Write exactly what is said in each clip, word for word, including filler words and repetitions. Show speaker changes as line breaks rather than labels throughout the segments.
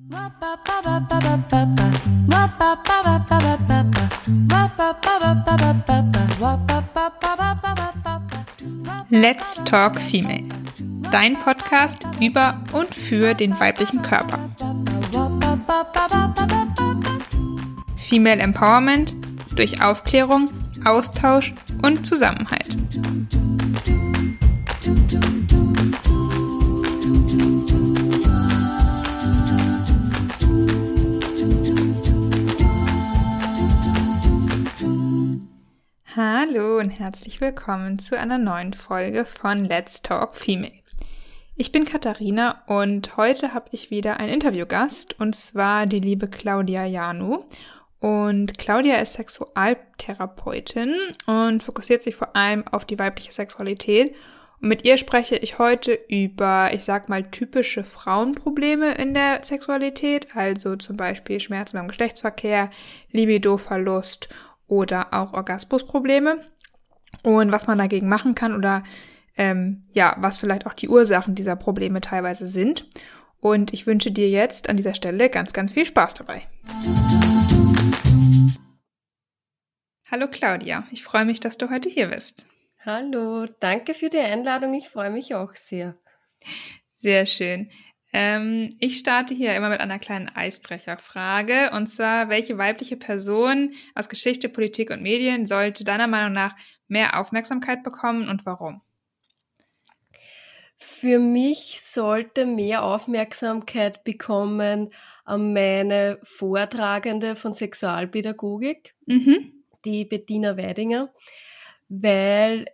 Let's Talk Female, dein Podcast über und für den weiblichen Körper. Female Empowerment durch Aufklärung, Austausch und Zusammenhalt. Hallo und herzlich willkommen zu einer neuen Folge von Let's Talk Female. Ich bin Katharina und heute habe ich wieder einen Interviewgast, und zwar die liebe Claudia Janu. Und Claudia ist Sexualtherapeutin und fokussiert sich vor allem auf die weibliche Sexualität. Und mit ihr spreche ich heute über, ich sag mal, typische Frauenprobleme in der Sexualität, also zum Beispiel Schmerzen beim Geschlechtsverkehr, Libidoverlust oder auch Orgasmusprobleme und was man dagegen machen kann oder ähm, ja, was vielleicht auch die Ursachen dieser Probleme teilweise sind. Und ich wünsche dir jetzt an dieser Stelle ganz, ganz viel Spaß dabei. Hallo Claudia, ich freue mich, dass du heute hier bist.
Hallo, danke für die Einladung, ich freue mich auch sehr.
Sehr schön. Ähm, ich starte hier immer mit einer kleinen Eisbrecherfrage, und zwar, welche weibliche Person aus Geschichte, Politik und Medien sollte deiner Meinung nach mehr Aufmerksamkeit bekommen und warum?
Für mich sollte mehr Aufmerksamkeit bekommen an meine Vortragende von Sexualpädagogik, mhm. die Bettina Weidinger, weil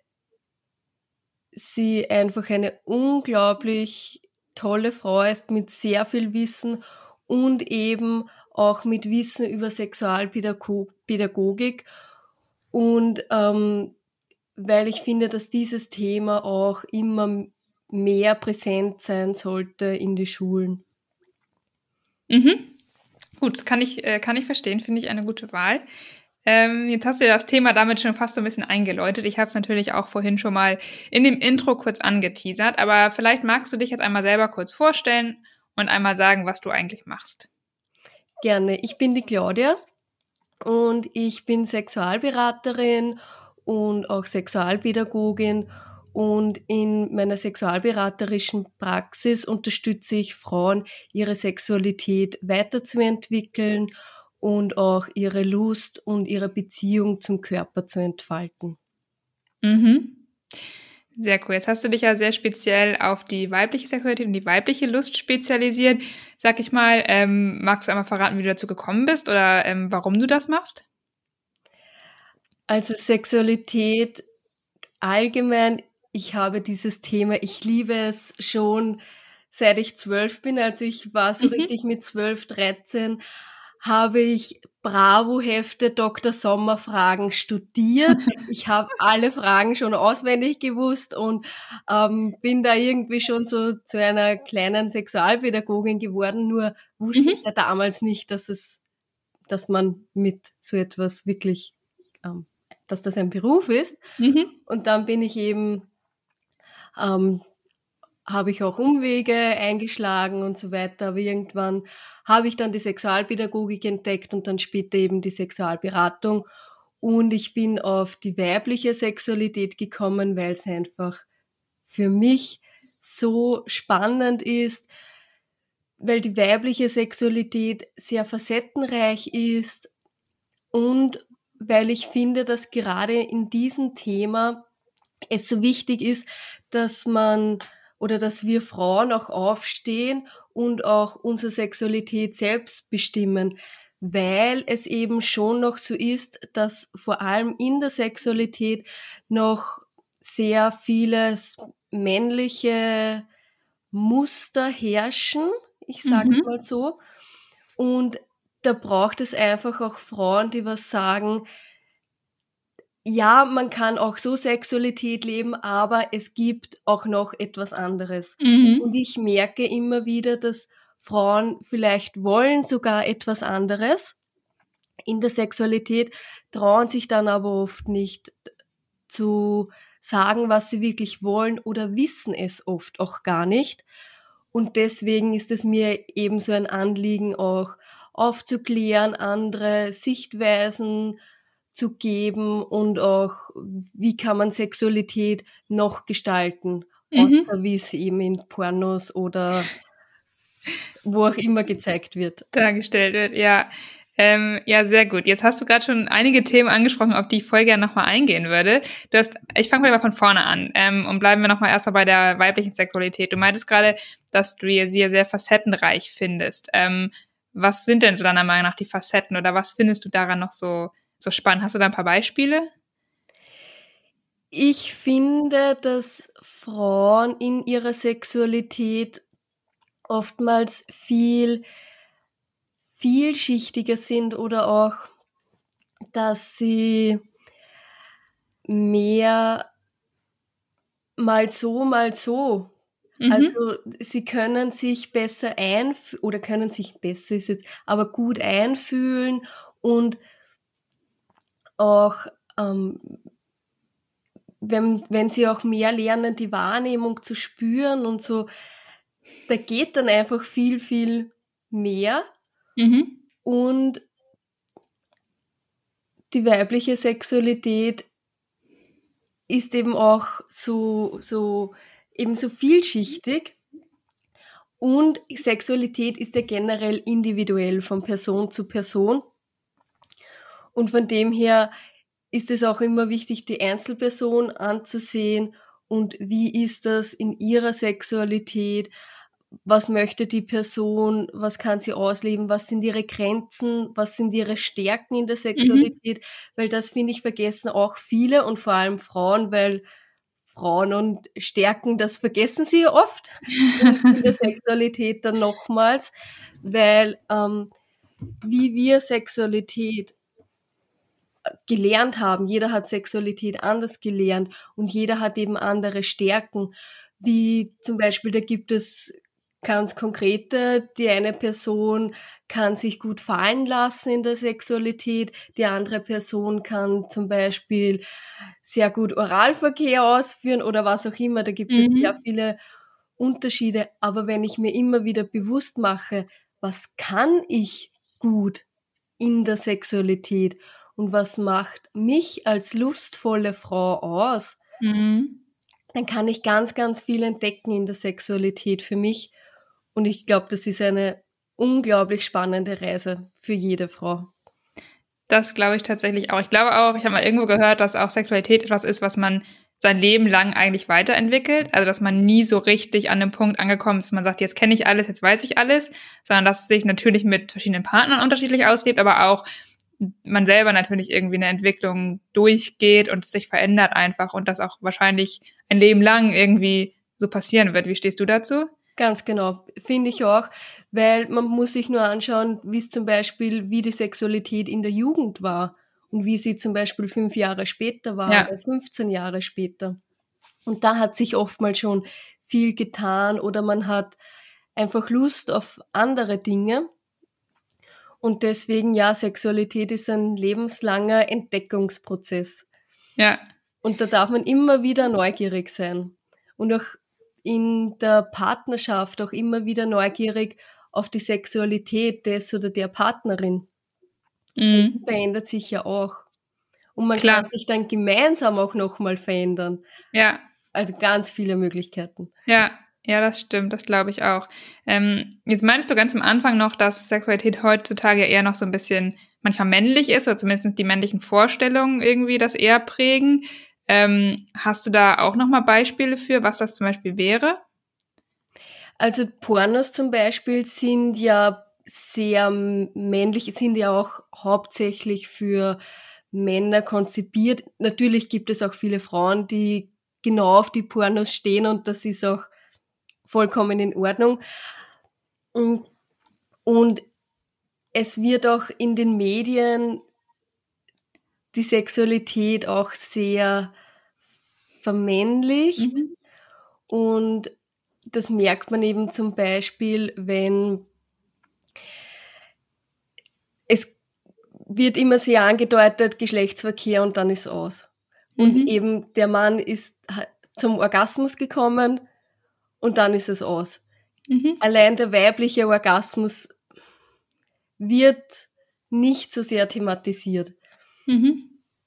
sie einfach eine unglaublich tolle Frau ist mit sehr viel Wissen und eben auch mit Wissen über Sexualpädagogik und ähm, weil ich finde, dass dieses Thema auch immer mehr präsent sein sollte in die Schulen.
Mhm. Gut, das kann ich, äh, kann ich verstehen, finde ich eine gute Wahl. Ähm, jetzt hast du ja das Thema damit schon fast so ein bisschen eingeläutet. Ich habe es natürlich auch vorhin schon mal in dem Intro kurz angeteasert, aber vielleicht magst du dich jetzt einmal selber kurz vorstellen und einmal sagen, was du eigentlich machst.
Gerne. Ich bin die Claudia und ich bin Sexualberaterin und auch Sexualpädagogin, und in meiner sexualberaterischen Praxis unterstütze ich Frauen, ihre Sexualität weiterzuentwickeln und auch ihre Lust und ihre Beziehung zum Körper zu entfalten.
Mhm. Sehr cool. Jetzt hast du dich ja sehr speziell auf die weibliche Sexualität und die weibliche Lust spezialisiert. Sag ich mal, ähm, magst du einmal verraten, wie du dazu gekommen bist oder ähm, warum du das machst?
Also Sexualität allgemein, ich habe dieses Thema, ich liebe es schon seit ich zwölf bin, also ich war so mhm. richtig mit zwölf, dreizehn, habe ich Bravo-Hefte Doktor Sommer-Fragen studiert. Ich habe alle Fragen schon auswendig gewusst und ähm, bin da irgendwie schon so zu einer kleinen Sexualpädagogin geworden, nur wusste mhm. ich ja damals nicht, dass es, dass man mit so etwas wirklich, ähm, dass das ein Beruf ist. Mhm. Und dann bin ich eben, ähm, habe ich auch Umwege eingeschlagen und so weiter, aber irgendwann habe ich dann die Sexualpädagogik entdeckt und dann später eben die Sexualberatung, und ich bin auf die weibliche Sexualität gekommen, weil es einfach für mich so spannend ist, weil die weibliche Sexualität sehr facettenreich ist und weil ich finde, dass gerade in diesem Thema es so wichtig ist, dass man oder dass wir Frauen auch aufstehen und auch unsere Sexualität selbst bestimmen, weil es eben schon noch so ist, dass vor allem in der Sexualität noch sehr viele männliche Muster herrschen, ich sage mhm. mal so, und da braucht es einfach auch Frauen, die was sagen, ja, man kann auch so Sexualität leben, aber es gibt auch noch etwas anderes. Mhm. Und ich merke immer wieder, dass Frauen vielleicht wollen sogar etwas anderes in der Sexualität, trauen sich dann aber oft nicht zu sagen, was sie wirklich wollen, oder wissen es oft auch gar nicht. Und deswegen ist es mir ebenso ein Anliegen, auch aufzuklären, andere Sichtweisen zu geben und auch, wie kann man Sexualität noch gestalten,
Mhm.
außer wie es eben in Pornos oder wo auch immer gezeigt wird.
Dargestellt wird, ja. Ähm, ja, sehr gut. Jetzt hast du gerade schon einige Themen angesprochen, auf die ich voll gerne nochmal eingehen würde. Du hast, ich fange mal von vorne an ähm, und bleiben wir nochmal erstmal bei der weiblichen Sexualität. Du meintest gerade, dass du sie sehr facettenreich findest. Ähm, was sind denn so deiner Meinung nach die Facetten oder was findest du daran noch so, so spannend? Hast du da ein paar Beispiele?
Ich finde, dass Frauen in ihrer Sexualität oftmals viel vielschichtiger sind oder auch, dass sie mehr mal so, mal so.
Mhm.
Also sie können sich besser einf- oder können sich besser ist jetzt, aber gut einfühlen und auch ähm, wenn, wenn sie auch mehr lernen, die Wahrnehmung zu spüren und so, da geht dann einfach viel, viel mehr.
Mhm.
Und die weibliche Sexualität ist eben auch so, so, eben so vielschichtig. Und Sexualität ist ja generell individuell von Person zu Person. Und von dem her ist es auch immer wichtig, die Einzelperson anzusehen und wie ist das in ihrer Sexualität, was möchte die Person, was kann sie ausleben, was sind ihre Grenzen, was sind ihre Stärken in der Sexualität, mhm. weil das, finde ich, vergessen auch viele und vor allem Frauen, weil Frauen und Stärken, das vergessen sie oft in der Sexualität dann nochmals, weil ähm, wie wir Sexualität gelernt haben, jeder hat Sexualität anders gelernt und jeder hat eben andere Stärken, wie zum Beispiel, da gibt es ganz konkrete, die eine Person kann sich gut fallen lassen in der Sexualität, die andere Person kann zum Beispiel sehr gut Oralverkehr ausführen oder was auch immer, da gibt es
Mhm.
sehr viele Unterschiede, aber wenn ich mir immer wieder bewusst mache, was kann ich gut in der Sexualität und was macht mich als lustvolle Frau aus,
Mhm.
dann kann ich ganz, ganz viel entdecken in der Sexualität für mich. Und ich glaube, das ist eine unglaublich spannende Reise für jede Frau.
Das glaube ich tatsächlich auch. Ich glaube auch, ich habe mal irgendwo gehört, dass auch Sexualität etwas ist, was man sein Leben lang eigentlich weiterentwickelt. Also, dass man nie so richtig an dem Punkt angekommen ist, dass man sagt, jetzt kenne ich alles, jetzt weiß ich alles, sondern dass es sich natürlich mit verschiedenen Partnern unterschiedlich auslebt, aber auch man selber natürlich irgendwie eine Entwicklung durchgeht und es sich verändert einfach und das auch wahrscheinlich ein Leben lang irgendwie so passieren wird. Wie stehst du dazu?
Ganz genau, finde ich auch, weil man muss sich nur anschauen, wie es zum Beispiel, wie die Sexualität in der Jugend war und wie sie zum Beispiel fünf Jahre später war
Ja.
oder fünfzehn Jahre später. Und da hat sich oftmals schon viel getan oder man hat einfach Lust auf andere Dinge. Und deswegen, ja, Sexualität ist ein lebenslanger Entdeckungsprozess.
Ja.
Und da darf man immer wieder neugierig sein. Und auch in der Partnerschaft auch immer wieder neugierig auf die Sexualität des oder der Partnerin.
Mhm.
Die verändert sich ja auch. Und man
Klar.
kann sich dann gemeinsam auch nochmal verändern.
Ja.
Also ganz viele Möglichkeiten.
Ja, ja, das stimmt, das glaube ich auch. Ähm, jetzt meintest du ganz am Anfang noch, dass Sexualität heutzutage eher noch so ein bisschen manchmal männlich ist, oder zumindest die männlichen Vorstellungen irgendwie das eher prägen. Ähm, hast du da auch nochmal Beispiele für, was das zum Beispiel wäre?
Also Pornos zum Beispiel sind ja sehr männlich, sind ja auch hauptsächlich für Männer konzipiert. Natürlich gibt es auch viele Frauen, die genau auf die Pornos stehen und das ist auch vollkommen in Ordnung. Und, und es wird auch in den Medien die Sexualität auch sehr vermännlicht.
Mhm.
Und das merkt man eben zum Beispiel, wenn es wird immer sehr angedeutet, Geschlechtsverkehr und dann ist aus. Und
Mhm.
eben der Mann ist zum Orgasmus gekommen und dann ist es aus. Mhm. Allein der weibliche Orgasmus wird nicht so sehr thematisiert.
Mhm.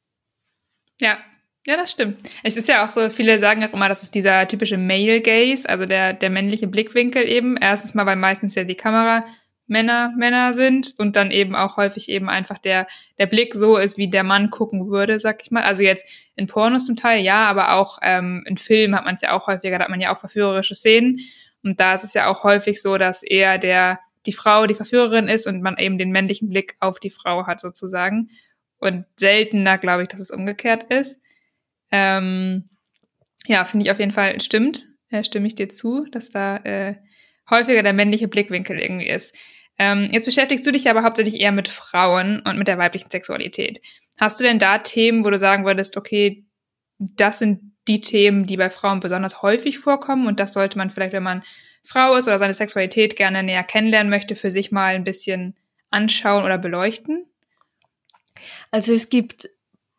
Ja, ja, das stimmt. Es ist ja auch so, viele sagen auch immer, das ist dieser typische Male Gaze, also der, der männliche Blickwinkel eben. Erstens mal, weil meistens ja die Kamera Männer Männer sind und dann eben auch häufig eben einfach der, der Blick so ist, wie der Mann gucken würde, sag ich mal. Also jetzt in Pornos zum Teil, ja, aber auch ähm, in Filmen hat man es ja auch häufiger, da hat man ja auch verführerische Szenen. Und da ist es ja auch häufig so, dass eher der, die Frau die Verführerin ist und man eben den männlichen Blick auf die Frau hat sozusagen. Und seltener, glaube ich, dass es umgekehrt ist. Ähm, ja, finde ich auf jeden Fall, stimmt, äh, stimme ich dir zu, dass da äh, häufiger der männliche Blickwinkel irgendwie ist. Ähm, jetzt beschäftigst du dich aber hauptsächlich eher mit Frauen und mit der weiblichen Sexualität. Hast du denn da Themen, wo du sagen würdest, okay, das sind die Themen, die bei Frauen besonders häufig vorkommen und das sollte man vielleicht, wenn man Frau ist oder seine Sexualität gerne näher kennenlernen möchte, für sich mal ein bisschen anschauen oder beleuchten?
Also es gibt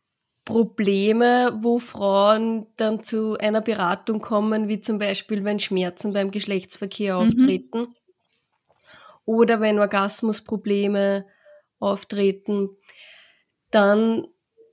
Probleme, wo Frauen dann zu einer Beratung kommen, wie zum Beispiel, wenn Schmerzen beim Geschlechtsverkehr
Mhm.
auftreten oder wenn Orgasmusprobleme auftreten, dann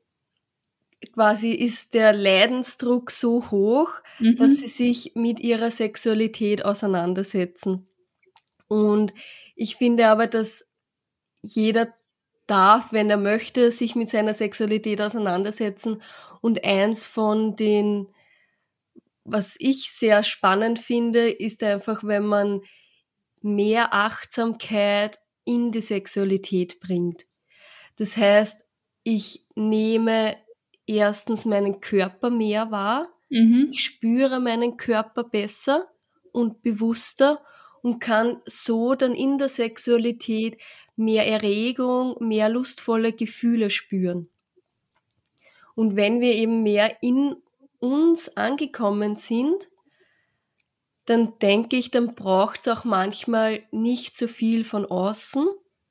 quasi ist der Leidensdruck so hoch,
Mhm.
dass sie sich mit ihrer Sexualität auseinandersetzen. Und ich finde aber, dass jeder darf, wenn er möchte, sich mit seiner Sexualität auseinandersetzen. Und eins von den, was ich sehr spannend finde, ist einfach, wenn man mehr Achtsamkeit in die Sexualität bringt. Das heißt, ich nehme erstens meinen Körper mehr wahr,
Mhm.
ich spüre meinen Körper besser und bewusster und kann so dann in der Sexualität mehr Erregung, mehr lustvolle Gefühle spüren. Und wenn wir eben mehr in uns angekommen sind, dann denke ich, dann braucht es auch manchmal nicht so viel von außen,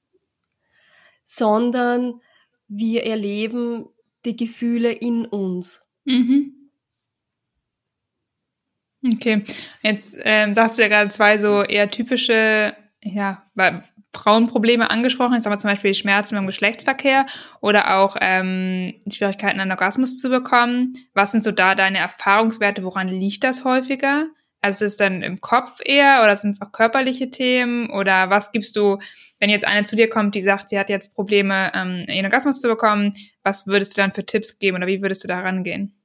sondern wir erleben die Gefühle in uns.
Mhm. Okay, jetzt ähm, sagst du ja gerade zwei so eher typische, ja, Frauenprobleme angesprochen. Jetzt haben wir zum Beispiel Schmerzen beim Geschlechtsverkehr oder auch ähm, Schwierigkeiten, einen Orgasmus zu bekommen. Was sind so da deine Erfahrungswerte? Woran liegt das häufiger? Also ist es dann im Kopf eher oder sind es auch körperliche Themen? Oder was gibst du, wenn jetzt eine zu dir kommt, die sagt, sie hat jetzt Probleme, ähm, einen Orgasmus zu bekommen, was würdest du dann für Tipps geben oder wie würdest du da rangehen?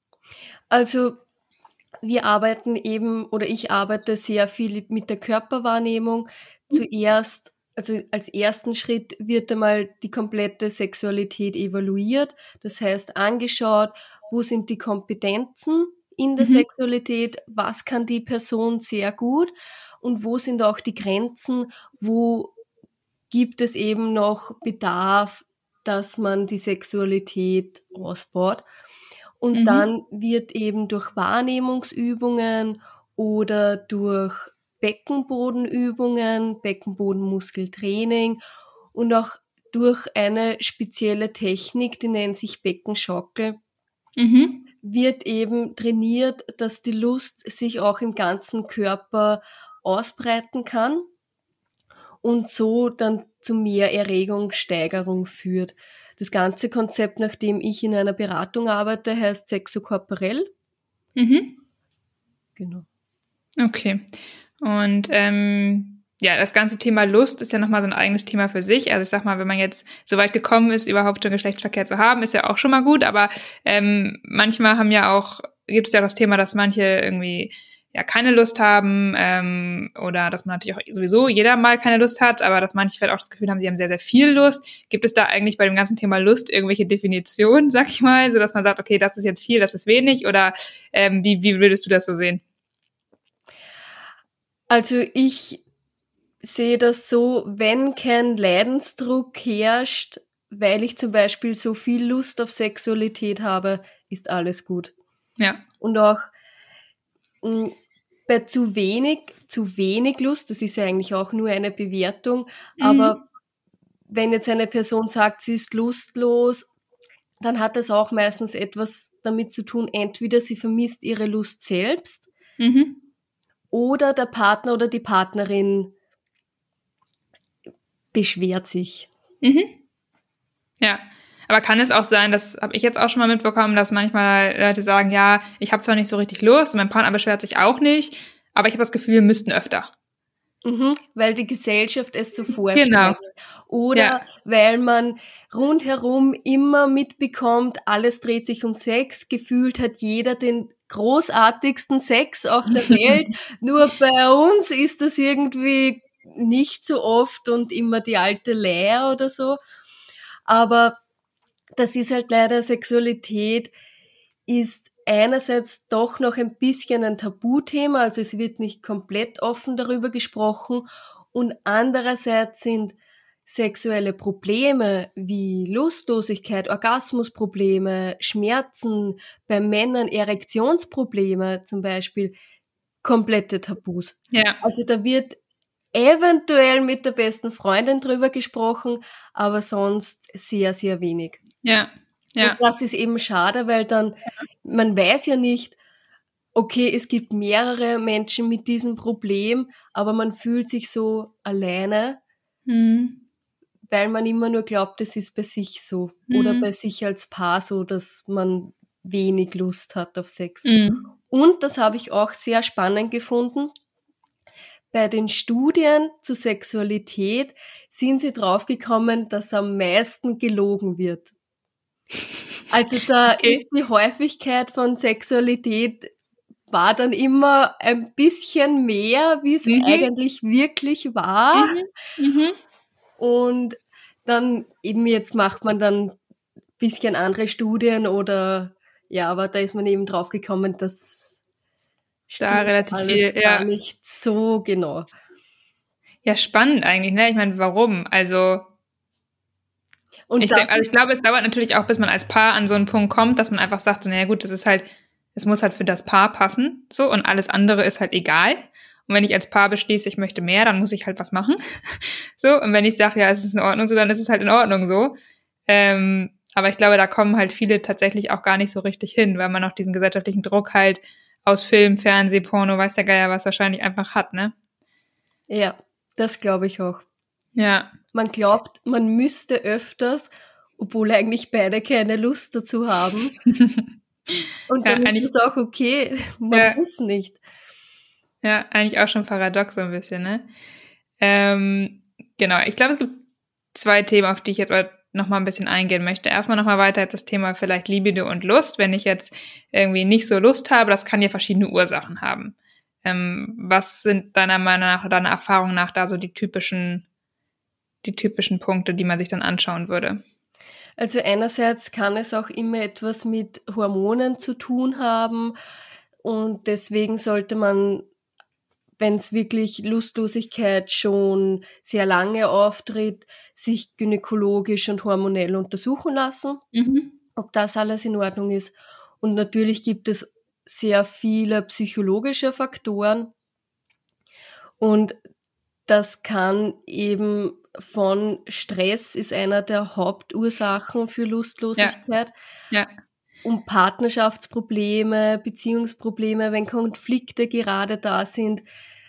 Also wir arbeiten eben, oder ich arbeite sehr viel mit der Körperwahrnehmung. Zuerst, also als ersten Schritt wird einmal die komplette Sexualität evaluiert. Das heißt, angeschaut, wo sind die Kompetenzen in der
Mhm.
Sexualität, was kann die Person sehr gut und wo sind auch die Grenzen, wo gibt es eben noch Bedarf, dass man die Sexualität ausbaut. Und
Mhm.
dann wird eben durch Wahrnehmungsübungen oder durch Beckenbodenübungen, Beckenbodenmuskeltraining und auch durch eine spezielle Technik, die nennt sich Beckenschaukel,
Mhm.
wird eben trainiert, dass die Lust sich auch im ganzen Körper ausbreiten kann und so dann zu mehr Erregungssteigerung führt. Das ganze Konzept, nach dem ich in einer Beratung arbeite, heißt sexokorporell.
Mhm.
Genau.
Okay. Und ähm, ja, das ganze Thema Lust ist ja nochmal so ein eigenes Thema für sich. Also ich sag mal, wenn man jetzt so weit gekommen ist, überhaupt schon Geschlechtsverkehr zu haben, ist ja auch schon mal gut. Aber ähm, manchmal haben ja auch, gibt es ja das Thema, dass manche irgendwie ja keine Lust haben ähm, oder dass man natürlich auch sowieso jeder mal keine Lust hat, aber dass manche vielleicht auch das Gefühl haben, sie haben sehr, sehr viel Lust. Gibt es da eigentlich bei dem ganzen Thema Lust irgendwelche Definitionen, sag ich mal, so dass man sagt, okay, das ist jetzt viel, das ist wenig oder ähm, wie, wie würdest du das so sehen?
Also ich sehe das so, wenn kein Leidensdruck herrscht, weil ich zum Beispiel so viel Lust auf Sexualität habe, ist alles gut.
Ja.
Und auch mh, bei zu wenig, zu wenig Lust, das ist ja eigentlich auch nur eine Bewertung, aber
Mhm.
wenn jetzt eine Person sagt, sie ist lustlos, dann hat das auch meistens etwas damit zu tun, entweder sie vermisst ihre Lust selbst
Mhm.
oder der Partner oder die Partnerin beschwert sich.
Mhm. Ja, aber kann es auch sein, das habe ich jetzt auch schon mal mitbekommen, dass manchmal Leute sagen, ja, ich habe zwar nicht so richtig Lust und mein Partner beschwert sich auch nicht, aber ich habe das Gefühl, wir müssten öfter.
Mhm, weil die Gesellschaft es so vorschreibt.
Genau.
Oder
Ja.
weil man rundherum immer mitbekommt, alles dreht sich um Sex, gefühlt hat jeder den großartigsten Sex auf der Welt, nur bei uns ist das irgendwie nicht so oft und immer die alte Leier oder so. Aber das ist halt leider, Sexualität ist einerseits doch noch ein bisschen ein Tabuthema, also es wird nicht komplett offen darüber gesprochen, und andererseits sind sexuelle Probleme wie Lustlosigkeit, Orgasmusprobleme, Schmerzen, bei Männern Erektionsprobleme zum Beispiel, komplette Tabus.
Ja.
Also da wird eventuell mit der besten Freundin drüber gesprochen, aber sonst sehr, sehr wenig.
Ja. Ja.
Und das ist eben schade, weil dann, man weiß ja nicht, okay, es gibt mehrere Menschen mit diesem Problem, aber man fühlt sich so alleine,
Mhm.
weil man immer nur glaubt, es ist bei sich so.
Mhm.
Oder bei sich als Paar so, dass man wenig Lust hat auf Sex.
Mhm.
Und das habe ich auch sehr spannend gefunden. Bei den Studien zu Sexualität sind sie draufgekommen, dass am meisten gelogen wird. Also da
Okay.
ist die Häufigkeit von Sexualität war dann immer ein bisschen mehr, wie es
Mhm.
eigentlich wirklich war.
Mhm. Mhm.
Und dann eben jetzt macht man dann bisschen andere Studien oder ja, aber da ist man eben draufgekommen, dass
Da
stimmt
relativ
alles
viel,
gar
ja.
nicht so genau.
Ja, spannend eigentlich, ne? Ich meine, warum? Also
Und
ich
das
denke, also
ist
ich glaube, es dauert natürlich auch, bis man als Paar an so einen Punkt kommt, dass man einfach sagt, so, naja gut, das ist halt, es muss halt für das Paar passen, so, und alles andere ist halt egal. Und wenn ich als Paar beschließe, ich möchte mehr, dann muss ich halt was machen. So, und wenn ich sage, ja, es ist in Ordnung so, dann ist es halt in Ordnung so. Ähm, aber ich glaube, da kommen halt viele tatsächlich auch gar nicht so richtig hin, weil man auch diesen gesellschaftlichen Druck halt aus Film, Fernseh, Porno, weiß der Geier was, wahrscheinlich einfach hat, ne?
ja, das glaube ich auch.
Ja.
Man glaubt, man müsste öfters, obwohl eigentlich beide keine Lust dazu haben. Und
Ja,
dann ist
eigentlich,
es auch okay, man
ja,
muss nicht.
ja, eigentlich auch schon paradox so ein bisschen, ne? Ähm, genau, ich glaube, es gibt zwei Themen, auf die ich jetzt noch mal ein bisschen eingehen möchte. Erstmal noch mal weiter das Thema vielleicht Libido und Lust. Wenn ich jetzt irgendwie nicht so Lust habe, das kann ja verschiedene Ursachen haben. Ähm, was sind deiner Meinung nach oder deiner Erfahrung nach da so die typischen, die typischen Punkte, die man sich dann anschauen würde?
Also einerseits kann es auch immer etwas mit Hormonen zu tun haben und deswegen sollte man, wenn es wirklich Lustlosigkeit schon sehr lange auftritt, sich gynäkologisch und hormonell untersuchen lassen,
Mhm.
ob das alles in Ordnung ist. Und natürlich gibt es sehr viele psychologische Faktoren und das kann eben von Stress ist einer der Hauptursachen für Lustlosigkeit.
Ja.
Um Partnerschaftsprobleme, Beziehungsprobleme, wenn Konflikte gerade da sind,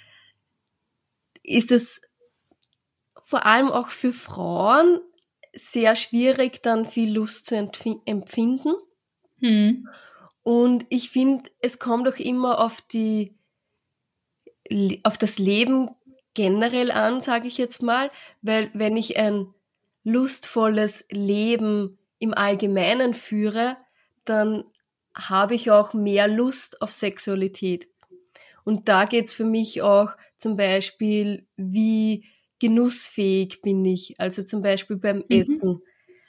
ist es vor allem auch für Frauen sehr schwierig, dann viel Lust zu empfinden.
Mhm.
Und ich finde, es kommt auch immer auf die, auf das Leben generell an, sage ich jetzt mal, weil wenn ich ein lustvolles Leben im Allgemeinen führe, dann habe ich auch mehr Lust auf Sexualität. Und da geht's für mich auch zum Beispiel, wie genussfähig bin ich. Also zum Beispiel beim
Mhm.
Essen.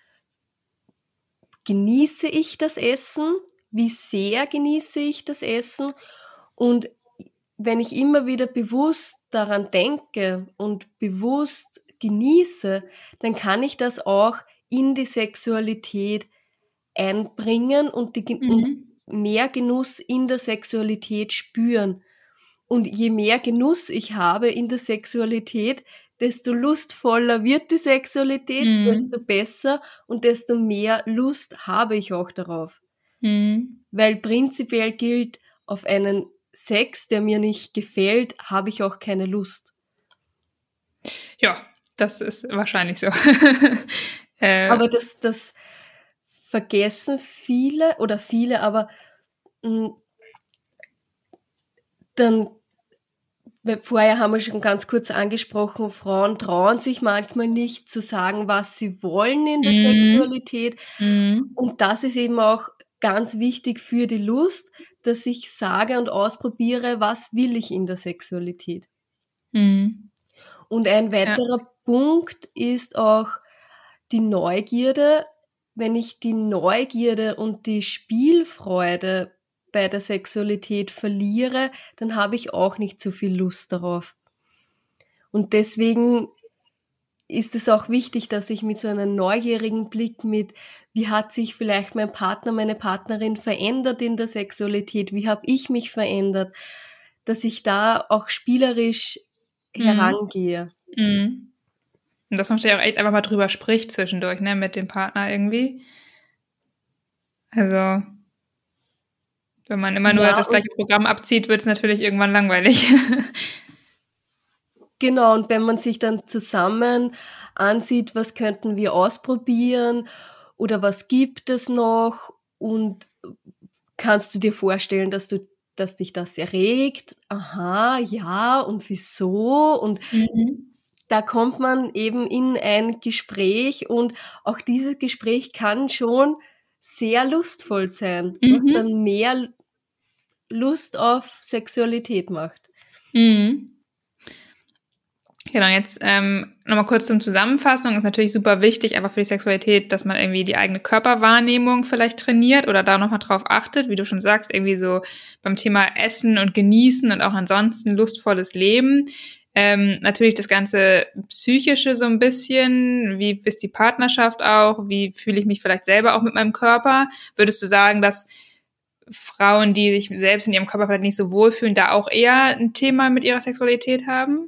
Genieße ich das Essen? Wie sehr genieße ich das Essen? Und wenn ich immer wieder bewusst daran denke und bewusst genieße, dann kann ich das auch in die Sexualität einbringen und, die,
Mhm.
und mehr Genuss in der Sexualität spüren. Und je mehr Genuss ich habe in der Sexualität, desto lustvoller wird die Sexualität,
Mhm.
desto besser und desto mehr Lust habe ich auch darauf.
Mhm.
Weil prinzipiell gilt, auf einen Sex, der mir nicht gefällt, habe ich auch keine Lust.
Ja, das ist wahrscheinlich so. äh,
Aber das, das vergessen viele oder viele, aber mh, dann, vorher haben wir schon ganz kurz angesprochen, Frauen trauen sich manchmal nicht zu sagen, was sie wollen in der
Mhm.
Sexualität.
Mhm.
Und das ist eben auch ganz wichtig für die Lust, dass ich sage und ausprobiere, was will ich in der Sexualität.
Mhm.
Und ein weiterer
Ja.
Punkt ist auch die Neugierde. Wenn ich die Neugierde und die Spielfreude bei der Sexualität verliere, dann habe ich auch nicht so viel Lust darauf. Und deswegen ist es auch wichtig, dass ich mit so einem neugierigen Blick mit, wie hat sich vielleicht mein Partner, meine Partnerin verändert in der Sexualität, wie habe ich mich verändert, dass ich da auch spielerisch
Mhm.
herangehe.
Mhm. Und dass man vielleicht auch echt einfach mal drüber spricht zwischendurch, ne, mit dem Partner irgendwie. Also, wenn man immer nur
Ja,
das gleiche Programm abzieht, wird es natürlich irgendwann langweilig.
Genau, und wenn man sich dann zusammen ansieht, was könnten wir ausprobieren oder was gibt es noch und kannst du dir vorstellen, dass du, dass dich das erregt? Aha, ja, und wieso? Und
Mhm.
da kommt man eben in ein Gespräch und auch dieses Gespräch kann schon sehr lustvoll sein, was
Mhm.
dann mehr Lust auf Sexualität macht.
Mhm. Genau, jetzt ähm, nochmal kurz zum Zusammenfassung. Ist natürlich super wichtig, einfach für die Sexualität, dass man irgendwie die eigene Körperwahrnehmung vielleicht trainiert oder da nochmal drauf achtet, wie du schon sagst, irgendwie so beim Thema Essen und Genießen und auch ansonsten lustvolles Leben. Ähm, natürlich das ganze Psychische so ein bisschen, wie ist die Partnerschaft auch, wie fühle ich mich vielleicht selber auch mit meinem Körper? Würdest du sagen, dass Frauen, die sich selbst in ihrem Körper vielleicht nicht so wohlfühlen, da auch eher ein Thema mit ihrer Sexualität haben?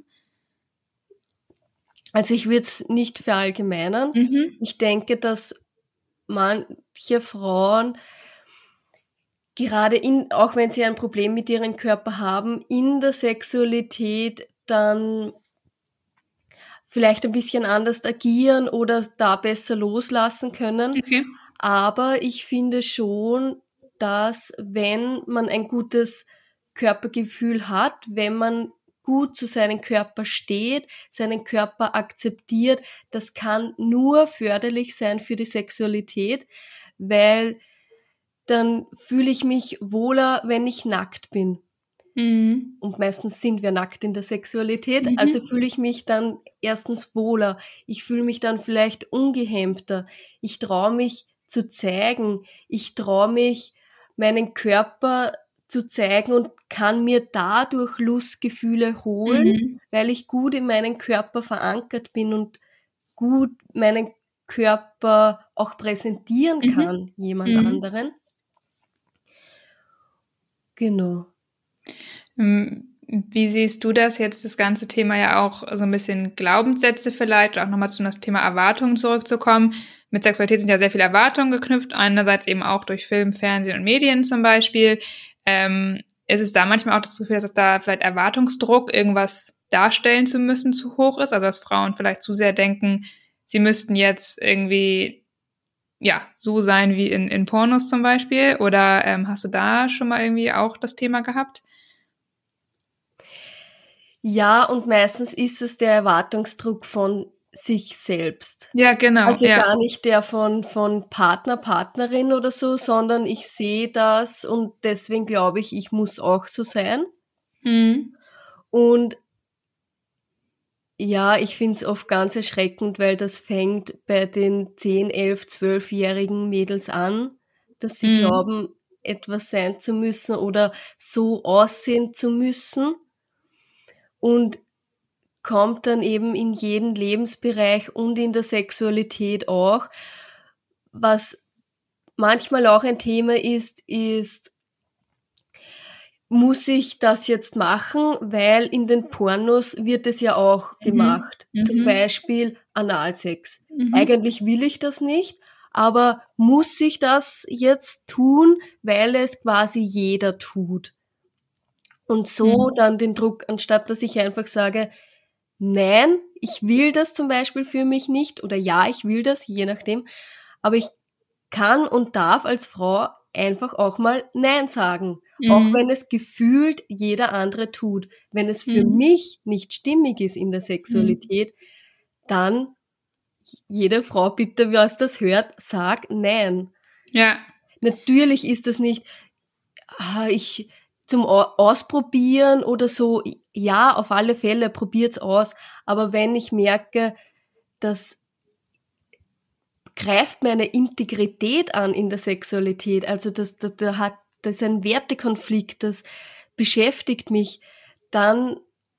Also ich würde es nicht verallgemeinern.
Mhm.
Ich denke, dass manche Frauen gerade in, auch wenn sie ein Problem mit ihrem Körper haben, in der Sexualität dann vielleicht ein bisschen anders agieren oder da besser loslassen können.
Okay.
Aber ich finde schon, dass wenn man ein gutes Körpergefühl hat, wenn man gut zu seinem Körper steht, seinen Körper akzeptiert, das kann nur förderlich sein für die Sexualität, weil dann fühle ich mich wohler, wenn ich nackt bin.
Mhm.
Und meistens sind wir nackt in der Sexualität,
Mhm.
also fühle ich mich dann erstens wohler. Ich fühle mich dann vielleicht ungehemmter. Ich traue mich zu zeigen. Ich traue mich, meinen Körper zu zeigen und kann mir dadurch Lustgefühle holen,
Mhm.
weil ich gut in meinem Körper verankert bin und gut meinen Körper auch präsentieren
Mhm.
kann, jemand
Mhm.
anderen. Genau.
Wie siehst du das jetzt, das ganze Thema ja auch so ein bisschen Glaubenssätze vielleicht, auch nochmal zu das Thema Erwartungen zurückzukommen. Mit Sexualität sind ja sehr viele Erwartungen geknüpft, einerseits eben auch durch Film, Fernsehen und Medien zum Beispiel. Ähm, ist es da manchmal auch das Gefühl, dass es da vielleicht Erwartungsdruck, irgendwas darstellen zu müssen, zu hoch ist? Also dass Frauen vielleicht zu sehr denken, sie müssten jetzt irgendwie ja so sein wie in, in Pornos zum Beispiel? Oder ähm, hast du da schon mal irgendwie auch das Thema gehabt?
Ja, und meistens ist es der Erwartungsdruck von sich selbst.
Ja, genau,
Also
ja.
gar nicht der von, von Partner, Partnerin oder so, sondern ich sehe das und deswegen glaube ich, ich muss auch so sein.
Mhm.
Und ja, ich finde es oft ganz erschreckend, weil das fängt bei den zehn, elf, zwölfjährigen Mädels an, dass sie
Mhm.
glauben, etwas sein zu müssen oder so aussehen zu müssen. Und kommt dann eben in jeden Lebensbereich und in der Sexualität auch. Was manchmal auch ein Thema ist, ist, muss ich das jetzt machen, weil in den Pornos wird es ja auch
Mhm.
gemacht. Zum
Mhm.
Beispiel Analsex.
Mhm.
Eigentlich will ich das nicht, aber muss ich das jetzt tun, weil es quasi jeder tut? Und so mhm. dann den Druck, anstatt dass ich einfach sage, nein, ich will das zum Beispiel für mich nicht oder ja, ich will das, je nachdem, aber ich kann und darf als Frau einfach auch mal Nein sagen, mhm. auch wenn es gefühlt jeder andere tut. Wenn es für mhm. mich nicht stimmig ist in der Sexualität, mhm. dann jede Frau, bitte, was das hört, sag Nein.
Ja.
Natürlich ist das nicht, ich zum Ausprobieren oder so, ja, auf alle Fälle, probiert's aus, aber wenn ich merke, das greift meine Integrität an in der Sexualität, also das, das, das hat, das ist ein Wertekonflikt, das beschäftigt mich, dann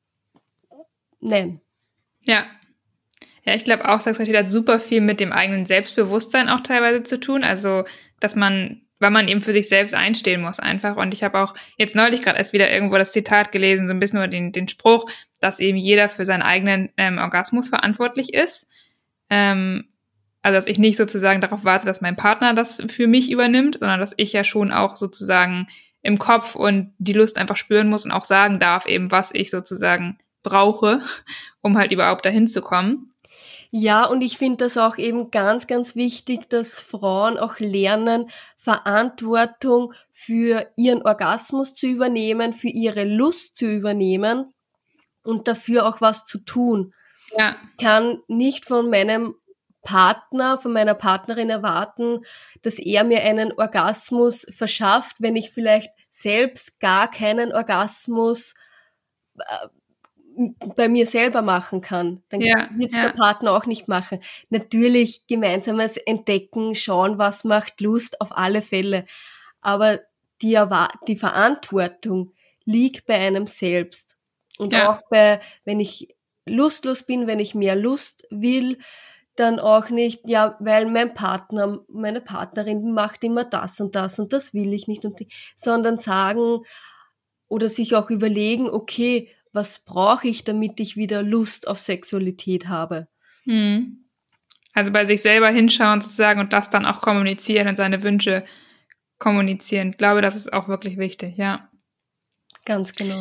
nein.
Ja. Ja, ich glaube auch, Sexualität hat super viel mit dem eigenen Selbstbewusstsein auch teilweise zu tun, also dass man, weil man eben für sich selbst einstehen muss einfach. Und ich habe auch jetzt neulich gerade erst wieder irgendwo das Zitat gelesen, so ein bisschen nur den, den Spruch, dass eben jeder für seinen eigenen ähm, Orgasmus verantwortlich ist. Ähm, also dass ich nicht sozusagen darauf warte, dass mein Partner das für mich übernimmt, sondern dass ich ja schon auch sozusagen im Kopf und die Lust einfach spüren muss und auch sagen darf eben, was ich sozusagen brauche, um halt überhaupt dahin zu kommen.
Ja, und ich finde das auch eben ganz, ganz wichtig, dass Frauen auch lernen, Verantwortung für ihren Orgasmus zu übernehmen, für ihre Lust zu übernehmen und dafür auch was zu tun.
Ja.
Ich kann nicht von meinem Partner, von meiner Partnerin erwarten, dass er mir einen Orgasmus verschafft, wenn ich vielleicht selbst gar keinen Orgasmus äh, bei mir selber machen kann, dann
ja,
wird es
ja.
der Partner auch nicht machen. Natürlich gemeinsames Entdecken, schauen, was macht Lust, auf alle Fälle. Aber die, die Verantwortung liegt bei einem selbst. Und
ja.
auch bei, wenn ich lustlos bin, wenn ich mehr Lust will, dann auch nicht, ja, weil mein Partner, meine Partnerin macht immer das und das und das will ich nicht, und die, sondern sagen oder sich auch überlegen, okay, was brauche ich, damit ich wieder Lust auf Sexualität habe?
Hm. Also bei sich selber hinschauen sozusagen und das dann auch kommunizieren und seine Wünsche kommunizieren. Ich glaube, das ist auch wirklich wichtig, ja.
Ganz genau.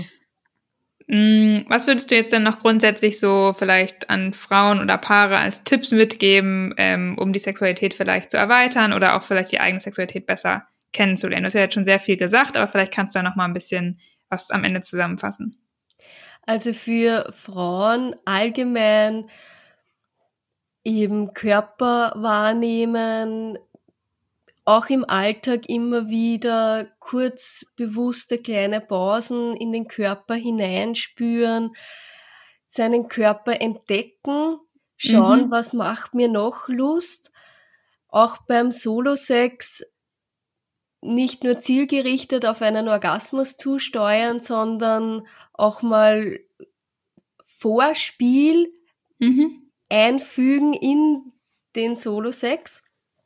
Was würdest du jetzt denn noch grundsätzlich so vielleicht an Frauen oder Paare als Tipps mitgeben, ähm, um die Sexualität vielleicht zu erweitern oder auch vielleicht die eigene Sexualität besser kennenzulernen? Du hast ja jetzt schon sehr viel gesagt, aber vielleicht kannst du ja noch mal ein bisschen was am Ende zusammenfassen.
Also für Frauen allgemein eben Körper wahrnehmen, auch im Alltag immer wieder kurz bewusste kleine Pausen in den Körper hineinspüren, seinen Körper entdecken, schauen, mhm. was macht mir noch Lust. Auch beim Solo-Sex nicht nur zielgerichtet auf einen Orgasmus zusteuern, sondern auch mal Vorspiel mhm. einfügen in den Solo-Sex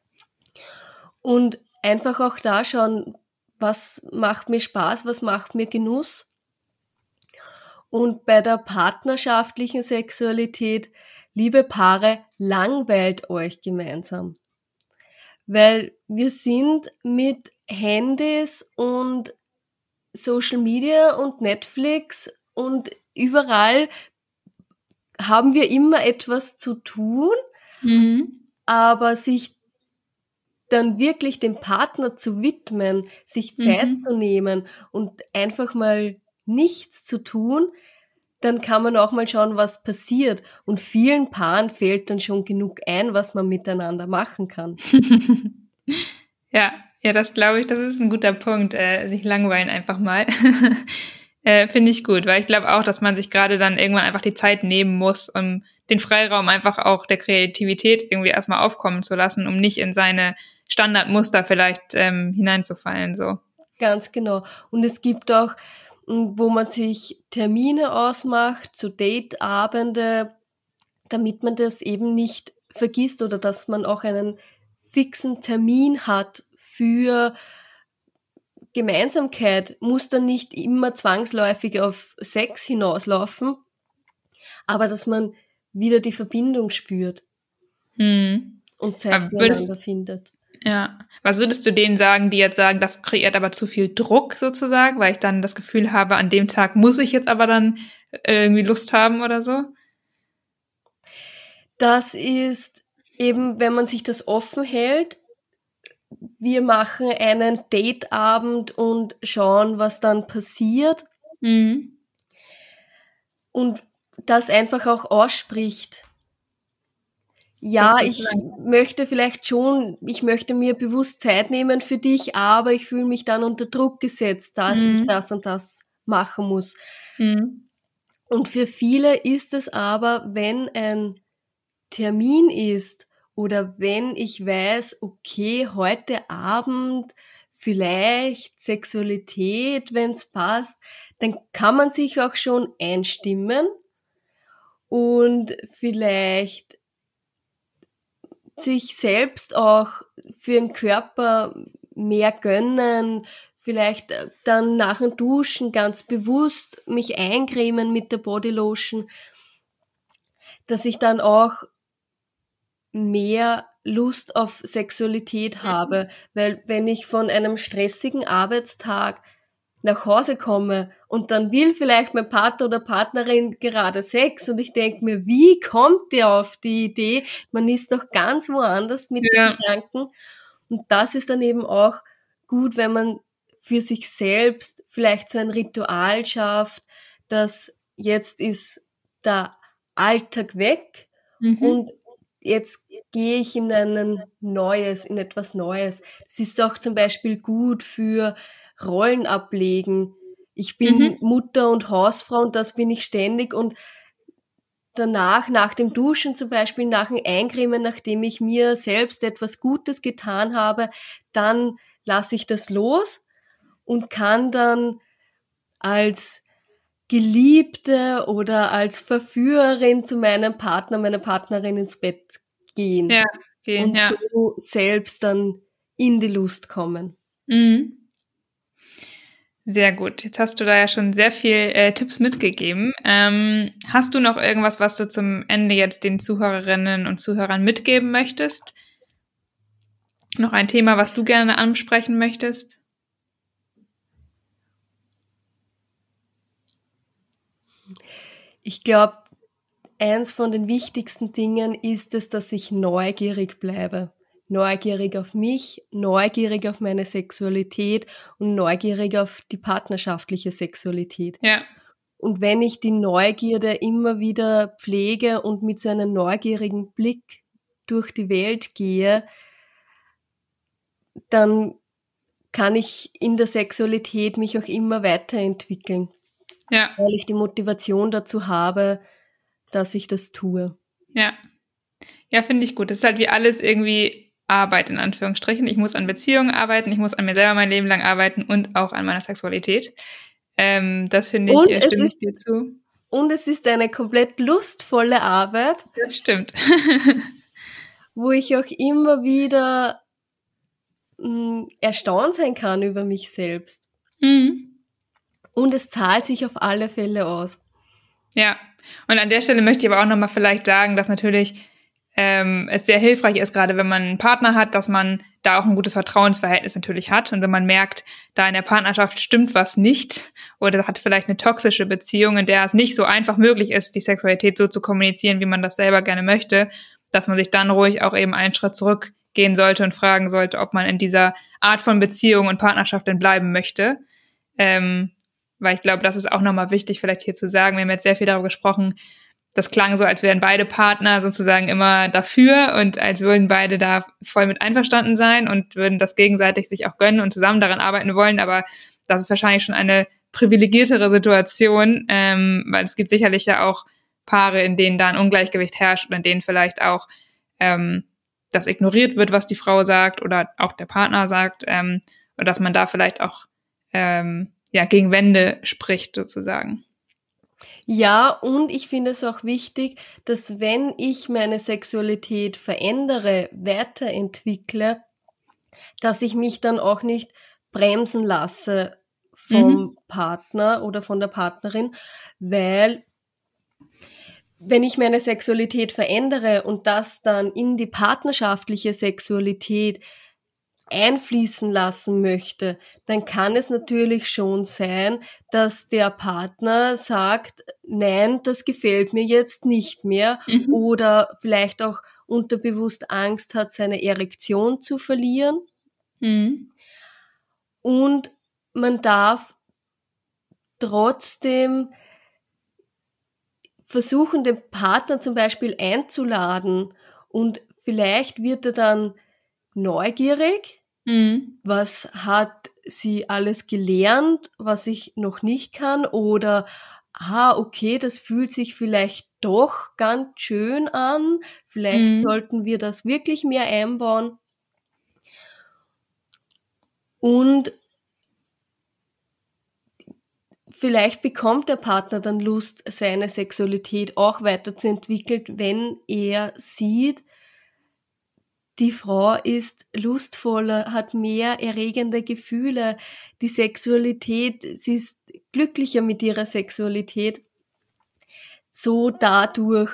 und einfach auch da schauen, was macht mir Spaß, was macht mir Genuss. Und bei der partnerschaftlichen Sexualität, liebe Paare, langweilt euch gemeinsam. Weil wir sind mit Handys und Social Media und Netflix und überall haben wir immer etwas zu tun, mhm. aber sich dann wirklich dem Partner zu widmen, sich Zeit mhm. zu nehmen und einfach mal nichts zu tun, dann kann man auch mal schauen, was passiert. Und vielen Paaren fällt dann schon genug ein, was man miteinander machen kann.
Ja, ja, das glaube ich, das ist ein guter Punkt, äh, sich langweilen einfach mal. äh, finde ich gut, weil ich glaube auch, dass man sich gerade dann irgendwann einfach die Zeit nehmen muss, um den Freiraum einfach auch der Kreativität irgendwie erstmal aufkommen zu lassen, um nicht in seine Standardmuster vielleicht ähm, hineinzufallen, so.
Ganz genau. Und es gibt auch, wo man sich Termine ausmacht, so Date-Abende, damit man das eben nicht vergisst oder dass man auch einen fixen Termin hat für Gemeinsamkeit, muss dann nicht immer zwangsläufig auf Sex hinauslaufen, aber dass man wieder die Verbindung spürt hm. und Zeit
aber
füreinander
würdest,
findet.
Ja. Was würdest du denen sagen, die jetzt sagen, das kreiert aber zu viel Druck sozusagen, weil ich dann das Gefühl habe, an dem Tag muss ich jetzt aber dann irgendwie Lust haben oder so?
Das ist eben, wenn man sich das offen hält, wir machen einen Dateabend und schauen, was dann passiert.
Mhm.
Und das einfach auch ausspricht. Ja, ich möchte vielleicht schon, ich möchte mir bewusst Zeit nehmen für dich, aber ich fühle mich dann unter Druck gesetzt, dass
Mhm.
ich das und das machen muss.
Mhm.
Und für viele ist es aber, wenn ein Termin ist oder wenn ich weiß, okay, heute Abend vielleicht Sexualität, wenn es passt, dann kann man sich auch schon einstimmen und vielleicht sich selbst auch für den Körper mehr gönnen, vielleicht dann nach dem Duschen ganz bewusst mich eincremen mit der Bodylotion, dass ich dann auch mehr Lust auf Sexualität habe, weil wenn ich von einem stressigen Arbeitstag nach Hause komme und dann will vielleicht mein Partner oder Partnerin gerade Sex und ich denke mir, wie kommt der auf die Idee? Man ist noch ganz woanders mit
Ja.
den Gedanken und das ist dann eben auch gut, wenn man für sich selbst vielleicht so ein Ritual schafft, dass jetzt ist der Alltag weg
Mhm.
und jetzt gehe ich in ein Neues, in etwas Neues. Es ist auch zum Beispiel gut für Rollen ablegen. Ich bin
Mhm.
Mutter und Hausfrau und das bin ich ständig und danach, nach dem Duschen zum Beispiel, nach dem Eincremen, nachdem ich mir selbst etwas Gutes getan habe, dann lasse ich das los und kann dann als Geliebte oder als Verführerin zu meinem Partner, meiner Partnerin ins Bett gehen.
Ja, gehen,
Und
ja.
so selbst dann in die Lust kommen.
Mhm. Sehr gut. Jetzt hast du da ja schon sehr viel äh, Tipps mitgegeben. Ähm, hast du noch irgendwas, was du zum Ende jetzt den Zuhörerinnen und Zuhörern mitgeben möchtest? Noch ein Thema, was du gerne ansprechen möchtest?
Ich glaube, eins von den wichtigsten Dingen ist es, dass ich neugierig bleibe. Neugierig auf mich, neugierig auf meine Sexualität und neugierig auf die partnerschaftliche Sexualität.
Ja.
Und wenn ich die Neugierde immer wieder pflege und mit so einem neugierigen Blick durch die Welt gehe, dann kann ich in der Sexualität mich auch immer weiterentwickeln.
Ja.
Weil ich die Motivation dazu habe, dass ich das tue.
Ja. Ja, finde ich gut. Das ist halt wie alles irgendwie Arbeit, in Anführungsstrichen. Ich muss an Beziehungen arbeiten, ich muss an mir selber mein Leben lang arbeiten und auch an meiner Sexualität. Ähm, das finde ich,
Und
äh,
es
stimme ich
ist,
dir zu.
und es ist eine komplett lustvolle Arbeit,
Das stimmt.
wo ich auch immer wieder mh, erstaunt sein kann über mich selbst.
Mhm.
Und es zahlt sich auf alle Fälle aus.
Ja, und an der Stelle möchte ich aber auch nochmal vielleicht sagen, dass natürlich ähm, es sehr hilfreich ist, gerade wenn man einen Partner hat, dass man da auch ein gutes Vertrauensverhältnis natürlich hat. Und wenn man merkt, da in der Partnerschaft stimmt was nicht oder hat vielleicht eine toxische Beziehung, in der es nicht so einfach möglich ist, die Sexualität so zu kommunizieren, wie man das selber gerne möchte, dass man sich dann ruhig auch eben einen Schritt zurückgehen sollte und fragen sollte, ob man in dieser Art von Beziehung und Partnerschaft denn bleiben möchte. Ähm, weil ich glaube, das ist auch nochmal wichtig, vielleicht hier zu sagen. Wir haben jetzt sehr viel darüber gesprochen. Das klang so, als wären beide Partner sozusagen immer dafür und als würden beide da voll mit einverstanden sein und würden das gegenseitig sich auch gönnen und zusammen daran arbeiten wollen. Aber das ist wahrscheinlich schon eine privilegiertere Situation, ähm, weil es gibt sicherlich ja auch Paare, in denen da ein Ungleichgewicht herrscht und in denen vielleicht auch ähm, das ignoriert wird, was die Frau sagt oder auch der Partner sagt, ähm, und dass man da vielleicht auch ähm, ja, gegen Wände spricht sozusagen.
Ja, und ich finde es auch wichtig, dass wenn ich meine Sexualität verändere, weiterentwickle, dass ich mich dann auch nicht bremsen lasse vom
Mhm.
Partner oder von der Partnerin, weil wenn ich meine Sexualität verändere und das dann in die partnerschaftliche Sexualität einfließen lassen möchte, dann kann es natürlich schon sein, dass der Partner sagt, nein, das gefällt mir jetzt nicht mehr, mhm. oder vielleicht auch unterbewusst Angst hat, seine Erektion zu verlieren. Mhm. Und man darf trotzdem versuchen, den Partner zum Beispiel einzuladen, und vielleicht wird er dann neugierig, mhm. was hat sie alles gelernt, was ich noch nicht kann, oder ah, okay, das fühlt sich vielleicht doch ganz schön an, vielleicht mhm. sollten wir das wirklich mehr einbauen. Und vielleicht bekommt der Partner dann Lust, seine Sexualität auch weiterzuentwickeln, wenn er sieht, die Frau ist lustvoller, hat mehr erregende Gefühle, die Sexualität, sie ist glücklicher mit ihrer Sexualität, so dadurch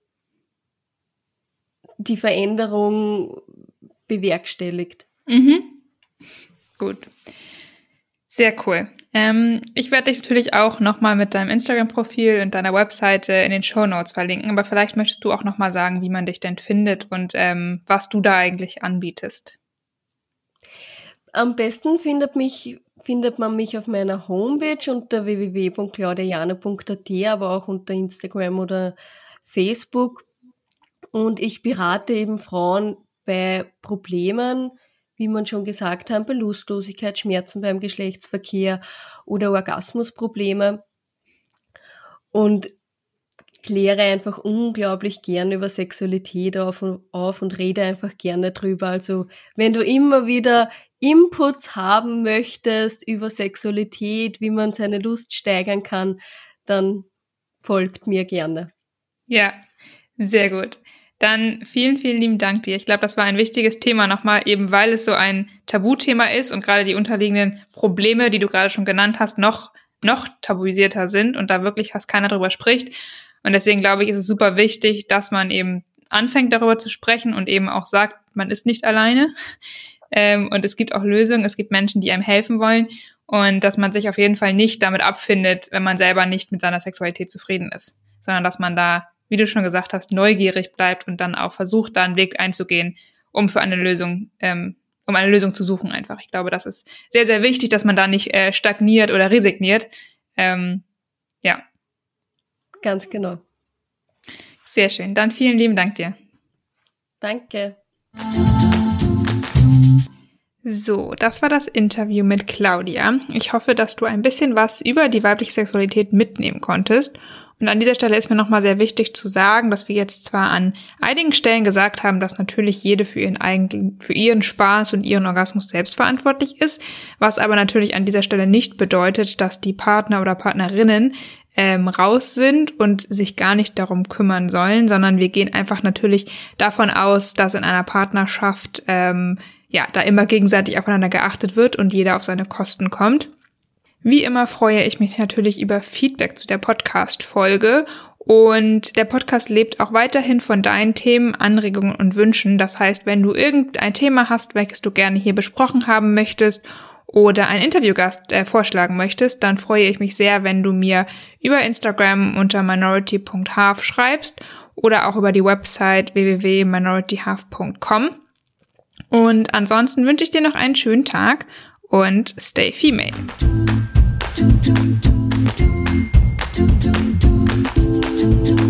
die Veränderung bewerkstelligt.
Mhm. Gut. Sehr cool. Ähm, ich werde dich natürlich auch nochmal mit deinem Instagram-Profil und deiner Webseite in den Shownotes verlinken, aber vielleicht möchtest du auch nochmal sagen, wie man dich denn findet und ähm, was du da eigentlich anbietest.
Am besten findet mich findet man mich auf meiner Homepage unter w w w punkt claudia jana punkt a t, aber auch unter Instagram oder Facebook. Und ich berate eben Frauen bei Problemen, wie man schon gesagt hat, bei Lustlosigkeit, Schmerzen beim Geschlechtsverkehr oder Orgasmusprobleme, und kläre einfach unglaublich gerne über Sexualität auf und, auf und rede einfach gerne drüber. Also wenn du immer wieder Inputs haben möchtest über Sexualität, wie man seine Lust steigern kann, dann folgt mir gerne.
Ja, sehr gut. Dann vielen, vielen lieben Dank dir. Ich glaube, das war ein wichtiges Thema nochmal, eben weil es so ein Tabuthema ist und gerade die unterliegenden Probleme, die du gerade schon genannt hast, noch, noch tabuisierter sind und da wirklich fast keiner drüber spricht. Und deswegen glaube ich, ist es super wichtig, dass man eben anfängt, darüber zu sprechen und eben auch sagt, man ist nicht alleine. Ähm, und es gibt auch Lösungen, es gibt Menschen, die einem helfen wollen, und dass man sich auf jeden Fall nicht damit abfindet, wenn man selber nicht mit seiner Sexualität zufrieden ist, sondern dass man da, wie du schon gesagt hast, neugierig bleibt und dann auch versucht, da einen Weg einzugehen, um für eine Lösung, ähm, um eine Lösung zu suchen einfach. Ich glaube, das ist sehr, sehr wichtig, dass man da nicht äh, stagniert oder resigniert. Ähm, ja.
Ganz genau.
Sehr schön. Dann vielen lieben Dank dir.
Danke.
So, das war das Interview mit Claudia. Ich hoffe, dass du ein bisschen was über die weibliche Sexualität mitnehmen konntest. Und an dieser Stelle ist mir nochmal sehr wichtig zu sagen, dass wir jetzt zwar an einigen Stellen gesagt haben, dass natürlich jede für ihren eigenen, für ihren Spaß und ihren Orgasmus selbst verantwortlich ist, was aber natürlich an dieser Stelle nicht bedeutet, dass die Partner oder Partnerinnen ähm, raus sind und sich gar nicht darum kümmern sollen, sondern wir gehen einfach natürlich davon aus, dass in einer Partnerschaft ähm, ja da immer gegenseitig aufeinander geachtet wird und jeder auf seine Kosten kommt. Wie immer freue ich mich natürlich über Feedback zu der Podcast-Folge, und der Podcast lebt auch weiterhin von deinen Themen, Anregungen und Wünschen. Das heißt, wenn du irgendein Thema hast, welches du gerne hier besprochen haben möchtest oder einen Interviewgast äh, vorschlagen möchtest, dann freue ich mich sehr, wenn du mir über Instagram unter minority punkt half schreibst oder auch über die Website w w w punkt minority half punkt com. Und ansonsten wünsche ich dir noch einen schönen Tag und stay female. Do do do do do do do do do do.